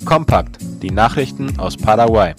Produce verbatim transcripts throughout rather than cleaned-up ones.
Kompakt, die Nachrichten aus Paraguay.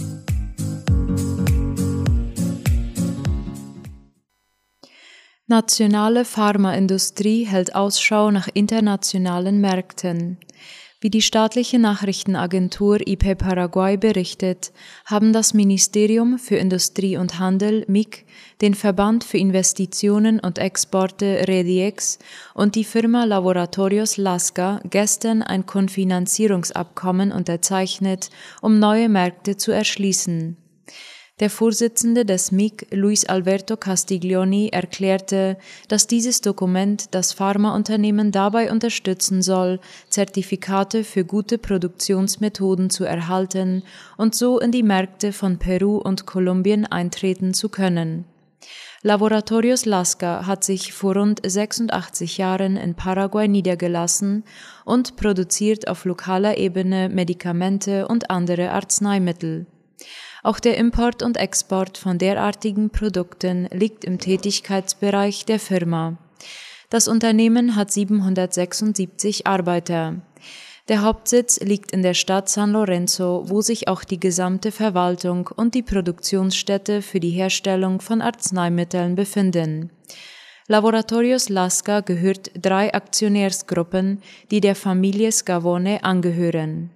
Nationale Pharmaindustrie hält Ausschau nach internationalen Märkten. Wie die staatliche Nachrichtenagentur I P Paraguay berichtet, haben das Ministerium für Industrie und Handel M I C, den Verband für Investitionen und Exporte REDIEX und die Firma Laboratorios Lasca gestern ein Konfinanzierungsabkommen unterzeichnet, um neue Märkte zu erschließen. Der Vorsitzende des M I C, Luis Alberto Castiglioni, erklärte, dass dieses Dokument das Pharmaunternehmen dabei unterstützen soll, Zertifikate für gute Produktionsmethoden zu erhalten und so in die Märkte von Peru und Kolumbien eintreten zu können. Laboratorios Lasca hat sich vor rund sechsundachtzig Jahren in Paraguay niedergelassen und produziert auf lokaler Ebene Medikamente und andere Arzneimittel. Auch der Import und Export von derartigen Produkten liegt im Tätigkeitsbereich der Firma. Das Unternehmen hat siebenhundertsechsundsiebzig Arbeiter. Der Hauptsitz liegt in der Stadt San Lorenzo, wo sich auch die gesamte Verwaltung und die Produktionsstätte für die Herstellung von Arzneimitteln befinden. Laboratorios Lasca gehört drei Aktionärsgruppen, die der Familie Scavone angehören.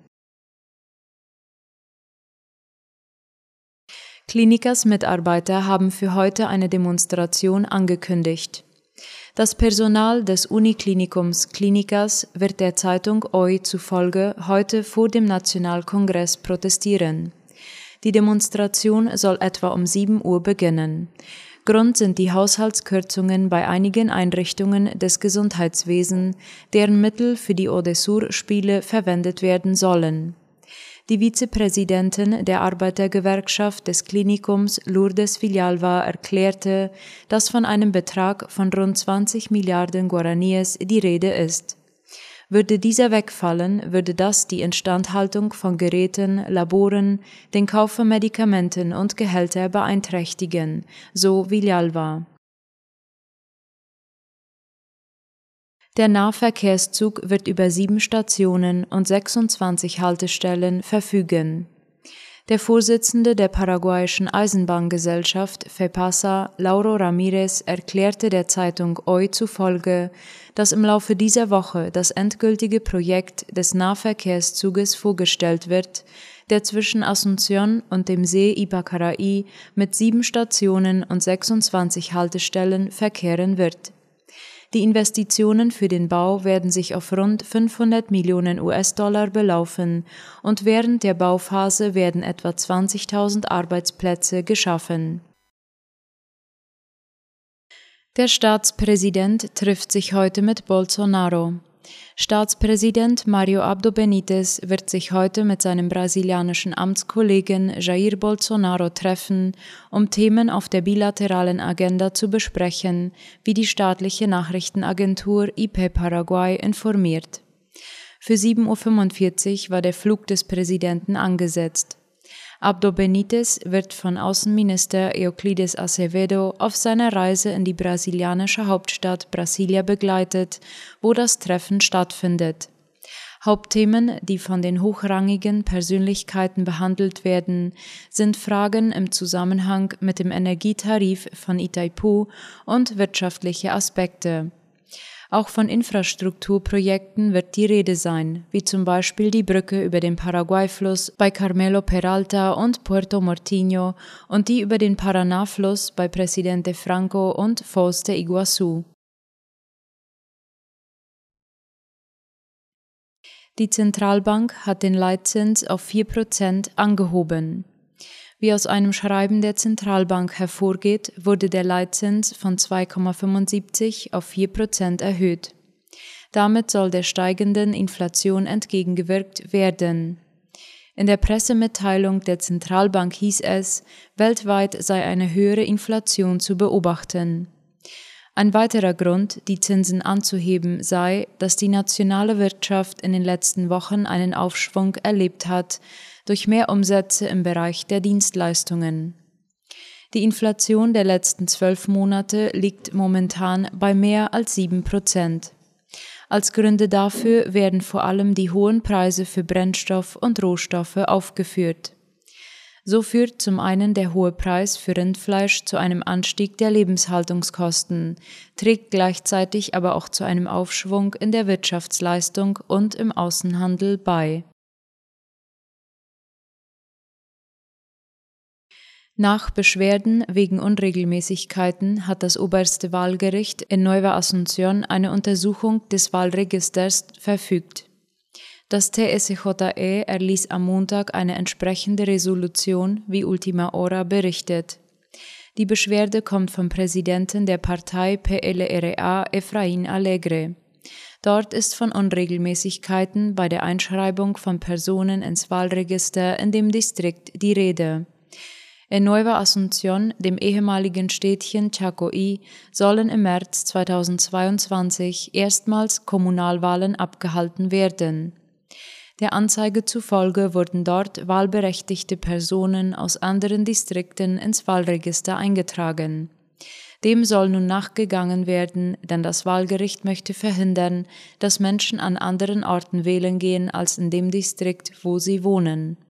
Klinikers Mitarbeiter haben für heute eine Demonstration angekündigt. Das Personal des Uniklinikums Klinikers wird der Zeitung O I zufolge heute vor dem Nationalkongress protestieren. Die Demonstration soll etwa um sieben Uhr beginnen. Grund sind die Haushaltskürzungen bei einigen Einrichtungen des Gesundheitswesens, deren Mittel für die Odesur-Spiele verwendet werden sollen. Die Vizepräsidentin der Arbeitergewerkschaft des Klinikums, Lourdes Villalba, erklärte, dass von einem Betrag von rund zwanzig Milliarden Guaraníes die Rede ist. Würde dieser wegfallen, würde das die Instandhaltung von Geräten, Laboren, den Kauf von Medikamenten und Gehälter beeinträchtigen, so Villalba. Der Nahverkehrszug wird über sieben Stationen und sechsundzwanzig Haltestellen verfügen. Der Vorsitzende der paraguayischen Eisenbahngesellschaft FEPASA, Lauro Ramirez, erklärte der Zeitung O I zufolge, dass im Laufe dieser Woche das endgültige Projekt des Nahverkehrszuges vorgestellt wird, der zwischen Asunción und dem See Ypacaraí mit sieben Stationen und sechsundzwanzig Haltestellen verkehren wird. Die Investitionen für den Bau werden sich auf rund fünfhundert Millionen U S-Dollar belaufen und während der Bauphase werden etwa zwanzigtausend Arbeitsplätze geschaffen. Der Staatspräsident trifft sich heute mit Bolsonaro. Staatspräsident Mario Abdo Benítez wird sich heute mit seinem brasilianischen Amtskollegen Jair Bolsonaro treffen, um Themen auf der bilateralen Agenda zu besprechen, wie die staatliche Nachrichtenagentur I P Paraguay informiert. Für sieben Uhr fünfundvierzig war der Flug des Präsidenten angesetzt. Abdo Benítez wird von Außenminister Euclides Acevedo auf seiner Reise in die brasilianische Hauptstadt Brasilia begleitet, wo das Treffen stattfindet. Hauptthemen, die von den hochrangigen Persönlichkeiten behandelt werden, sind Fragen im Zusammenhang mit dem Energietarif von Itaipu und wirtschaftliche Aspekte. Auch von Infrastrukturprojekten wird die Rede sein, wie zum Beispiel die Brücke über den Paraguay-Fluss bei Carmelo Peralta und Puerto Mortinho und die über den Paraná-Fluss bei Presidente Franco und Foz de Iguazú. Die Zentralbank hat den Leitzins auf vier Prozent angehoben. Wie aus einem Schreiben der Zentralbank hervorgeht, wurde der Leitzins von zwei Komma fünfundsiebzig auf vier Prozent erhöht. Damit soll der steigenden Inflation entgegengewirkt werden. In der Pressemitteilung der Zentralbank hieß es, weltweit sei eine höhere Inflation zu beobachten. Ein weiterer Grund, die Zinsen anzuheben, sei, dass die nationale Wirtschaft in den letzten Wochen einen Aufschwung erlebt hat, durch mehr Umsätze im Bereich der Dienstleistungen. Die Inflation der letzten zwölf Monate liegt momentan bei mehr als sieben Prozent. Als Gründe dafür werden vor allem die hohen Preise für Brennstoff und Rohstoffe aufgeführt. So führt zum einen der hohe Preis für Rindfleisch zu einem Anstieg der Lebenshaltungskosten, trägt gleichzeitig aber auch zu einem Aufschwung in der Wirtschaftsleistung und im Außenhandel bei. Nach Beschwerden wegen Unregelmäßigkeiten hat das oberste Wahlgericht in Nueva Asunción eine Untersuchung des Wahlregisters verfügt. Das T S J E erließ am Montag eine entsprechende Resolution, wie Ultima Hora berichtet. Die Beschwerde kommt vom Präsidenten der Partei P L R A, Efraín Alegre. Dort ist von Unregelmäßigkeiten bei der Einschreibung von Personen ins Wahlregister in dem Distrikt die Rede. In Nueva Asunción, dem ehemaligen Städtchen Chacoí, sollen im März zweitausendzweiundzwanzig erstmals Kommunalwahlen abgehalten werden. Der Anzeige zufolge wurden dort wahlberechtigte Personen aus anderen Distrikten ins Wahlregister eingetragen. Dem soll nun nachgegangen werden, denn das Wahlgericht möchte verhindern, dass Menschen an anderen Orten wählen gehen als in dem Distrikt, wo sie wohnen.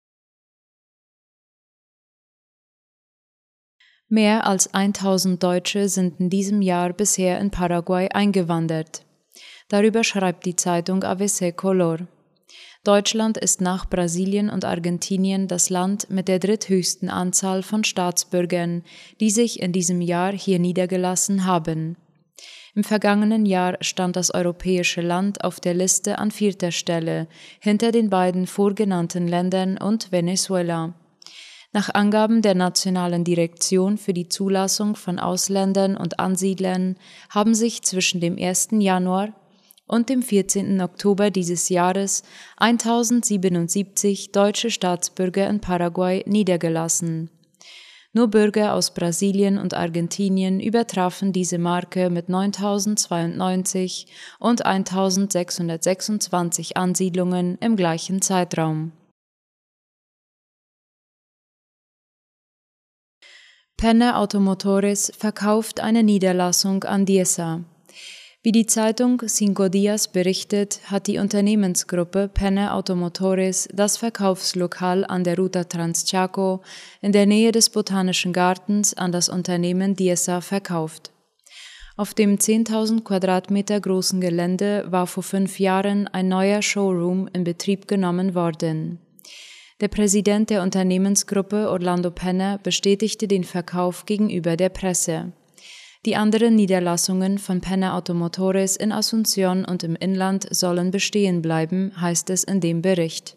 Mehr als tausend Deutsche sind in diesem Jahr bisher in Paraguay eingewandert. Darüber schreibt die Zeitung A B C Color. Deutschland ist nach Brasilien und Argentinien das Land mit der dritthöchsten Anzahl von Staatsbürgern, die sich in diesem Jahr hier niedergelassen haben. Im vergangenen Jahr stand das europäische Land auf der Liste an vierter Stelle, hinter den beiden vorgenannten Ländern und Venezuela. Nach Angaben der Nationalen Direktion für die Zulassung von Ausländern und Ansiedlern haben sich zwischen dem ersten Januar und dem vierzehnten Oktober dieses Jahres tausendsiebenundsiebzig deutsche Staatsbürger in Paraguay niedergelassen. Nur Bürger aus Brasilien und Argentinien übertrafen diese Marke mit neuntausendzweiundneunzig und eintausendsechshundertsechsundzwanzig Ansiedlungen im gleichen Zeitraum. Penne Automotores verkauft eine Niederlassung an Diesa. Wie die Zeitung Cinco Días berichtet, hat die Unternehmensgruppe Penne Automotores das Verkaufslokal an der Ruta Transchaco in der Nähe des Botanischen Gartens an das Unternehmen Diesa verkauft. Auf dem zehntausend Quadratmeter großen Gelände war vor fünf Jahren ein neuer Showroom in Betrieb genommen worden. Der Präsident der Unternehmensgruppe Orlando Penne bestätigte den Verkauf gegenüber der Presse. Die anderen Niederlassungen von Penne Automotores in Asunción und im Inland sollen bestehen bleiben, heißt es in dem Bericht.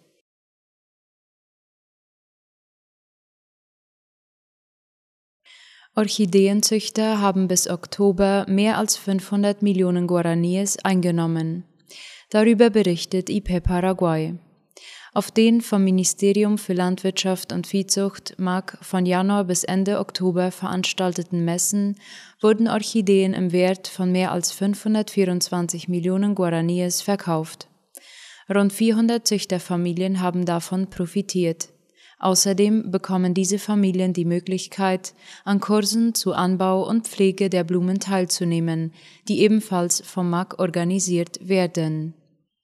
Orchideenzüchter haben bis Oktober mehr als fünfhundert Millionen Guaraníes eingenommen. Darüber berichtet I P Paraguay. Auf den vom Ministerium für Landwirtschaft und Viehzucht M A G von Januar bis Ende Oktober veranstalteten Messen wurden Orchideen im Wert von mehr als fünfhundertvierundzwanzig Millionen Guaraníes verkauft. Rund vierhundert Züchterfamilien haben davon profitiert. Außerdem bekommen diese Familien die Möglichkeit, an Kursen zu Anbau und Pflege der Blumen teilzunehmen, die ebenfalls vom M A G organisiert werden.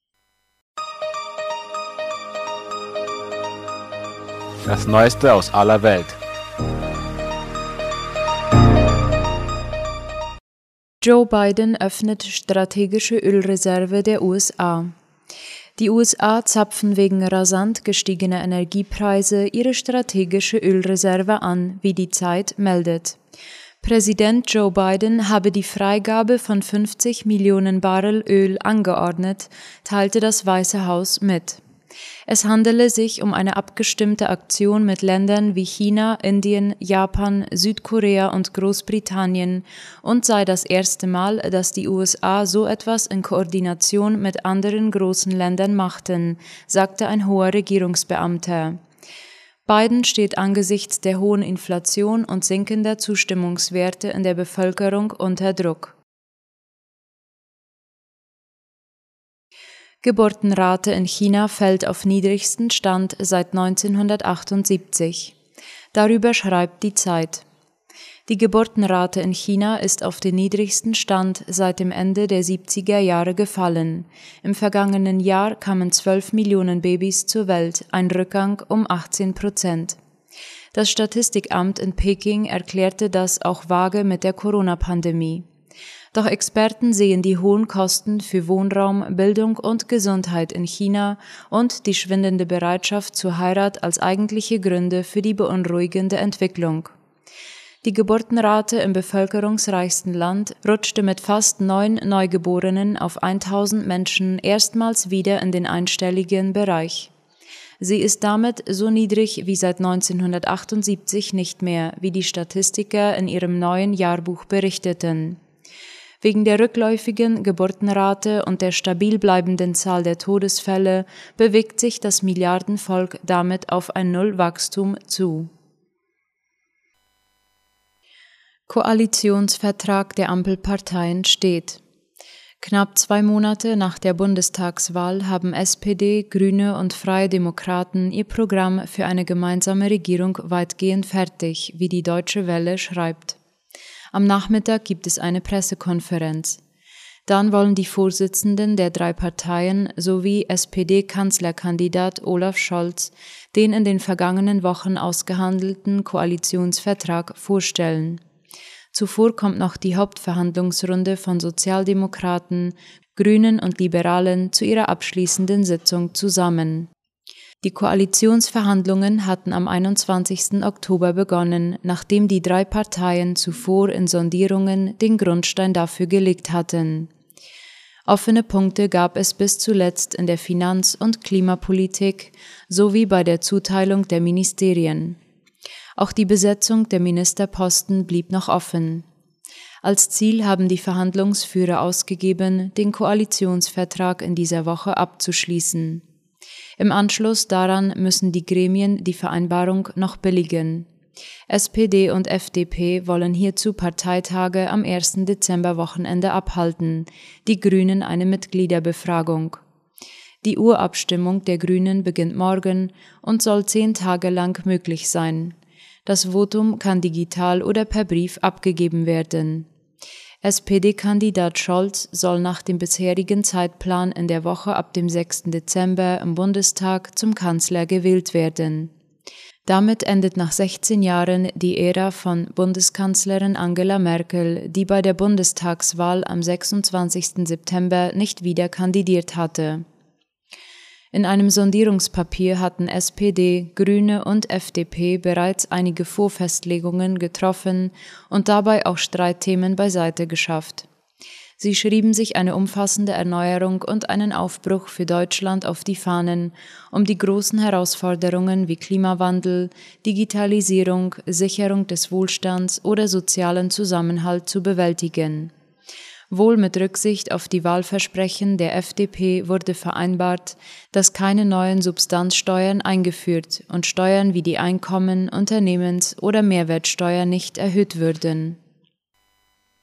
Das Neueste aus aller Welt. Joe Biden öffnet strategische Ölreserve der U S A. Die U S A zapfen wegen rasant gestiegener Energiepreise ihre strategische Ölreserve an, wie die Zeit meldet. Präsident Joe Biden habe die Freigabe von fünfzig Millionen Barrel Öl angeordnet, teilte das Weiße Haus mit. Es handele sich um eine abgestimmte Aktion mit Ländern wie China, Indien, Japan, Südkorea und Großbritannien und sei das erste Mal, dass die U S A so etwas in Koordination mit anderen großen Ländern machten, sagte ein hoher Regierungsbeamter. Biden steht angesichts der hohen Inflation und sinkender Zustimmungswerte in der Bevölkerung unter Druck. Geburtenrate in China fällt auf niedrigsten Stand seit neunzehnhundertachtundsiebzig. Darüber schreibt die Zeit. Die Geburtenrate in China ist auf den niedrigsten Stand seit dem Ende der siebziger Jahre gefallen. Im vergangenen Jahr kamen zwölf Millionen Babys zur Welt, ein Rückgang um achtzehn Prozent. Das Statistikamt in Peking erklärte das auch vage mit der Corona-Pandemie. Doch Experten sehen die hohen Kosten für Wohnraum, Bildung und Gesundheit in China und die schwindende Bereitschaft zur Heirat als eigentliche Gründe für die beunruhigende Entwicklung. Die Geburtenrate im bevölkerungsreichsten Land rutschte mit fast neun Neugeborenen auf tausend Menschen erstmals wieder in den einstelligen Bereich. Sie ist damit so niedrig wie seit neunzehnhundertachtundsiebzig nicht mehr, wie die Statistiker in ihrem neuen Jahrbuch berichteten. Wegen der rückläufigen Geburtenrate und der stabil bleibenden Zahl der Todesfälle bewegt sich das Milliardenvolk damit auf ein Nullwachstum zu. Koalitionsvertrag der Ampelparteien steht. Knapp zwei Monate nach der Bundestagswahl haben S P D, Grüne und Freie Demokraten ihr Programm für eine gemeinsame Regierung weitgehend fertig, wie die Deutsche Welle schreibt. Am Nachmittag gibt es eine Pressekonferenz. Dann wollen die Vorsitzenden der drei Parteien sowie S P D-Kanzlerkandidat Olaf Scholz den in den vergangenen Wochen ausgehandelten Koalitionsvertrag vorstellen. Zuvor kommt noch die Hauptverhandlungsrunde von Sozialdemokraten, Grünen und Liberalen zu ihrer abschließenden Sitzung zusammen. Die Koalitionsverhandlungen hatten am einundzwanzigsten Oktober begonnen, nachdem die drei Parteien zuvor in Sondierungen den Grundstein dafür gelegt hatten. Offene Punkte gab es bis zuletzt in der Finanz- und Klimapolitik sowie bei der Zuteilung der Ministerien. Auch die Besetzung der Ministerposten blieb noch offen. Als Ziel haben die Verhandlungsführer ausgegeben, den Koalitionsvertrag in dieser Woche abzuschließen. Im Anschluss daran müssen die Gremien die Vereinbarung noch billigen. S P D und F D P wollen hierzu Parteitage am ersten Dezemberwochenende abhalten, die Grünen eine Mitgliederbefragung. Die Urabstimmung der Grünen beginnt morgen und soll zehn Tage lang möglich sein. Das Votum kann digital oder per Brief abgegeben werden. S P D-Kandidat Scholz soll nach dem bisherigen Zeitplan in der Woche ab dem sechsten Dezember im Bundestag zum Kanzler gewählt werden. Damit endet nach sechzehn Jahren die Ära von Bundeskanzlerin Angela Merkel, die bei der Bundestagswahl am sechsundzwanzigsten September nicht wieder kandidiert hatte. In einem Sondierungspapier hatten S P D, Grüne und F D P bereits einige Vorfestlegungen getroffen und dabei auch Streitthemen beiseite geschafft. Sie schrieben sich eine umfassende Erneuerung und einen Aufbruch für Deutschland auf die Fahnen, um die großen Herausforderungen wie Klimawandel, Digitalisierung, Sicherung des Wohlstands oder sozialen Zusammenhalt zu bewältigen. Wohl mit Rücksicht auf die Wahlversprechen der F D P wurde vereinbart, dass keine neuen Substanzsteuern eingeführt und Steuern wie die Einkommen-, Unternehmens- oder Mehrwertsteuer nicht erhöht würden.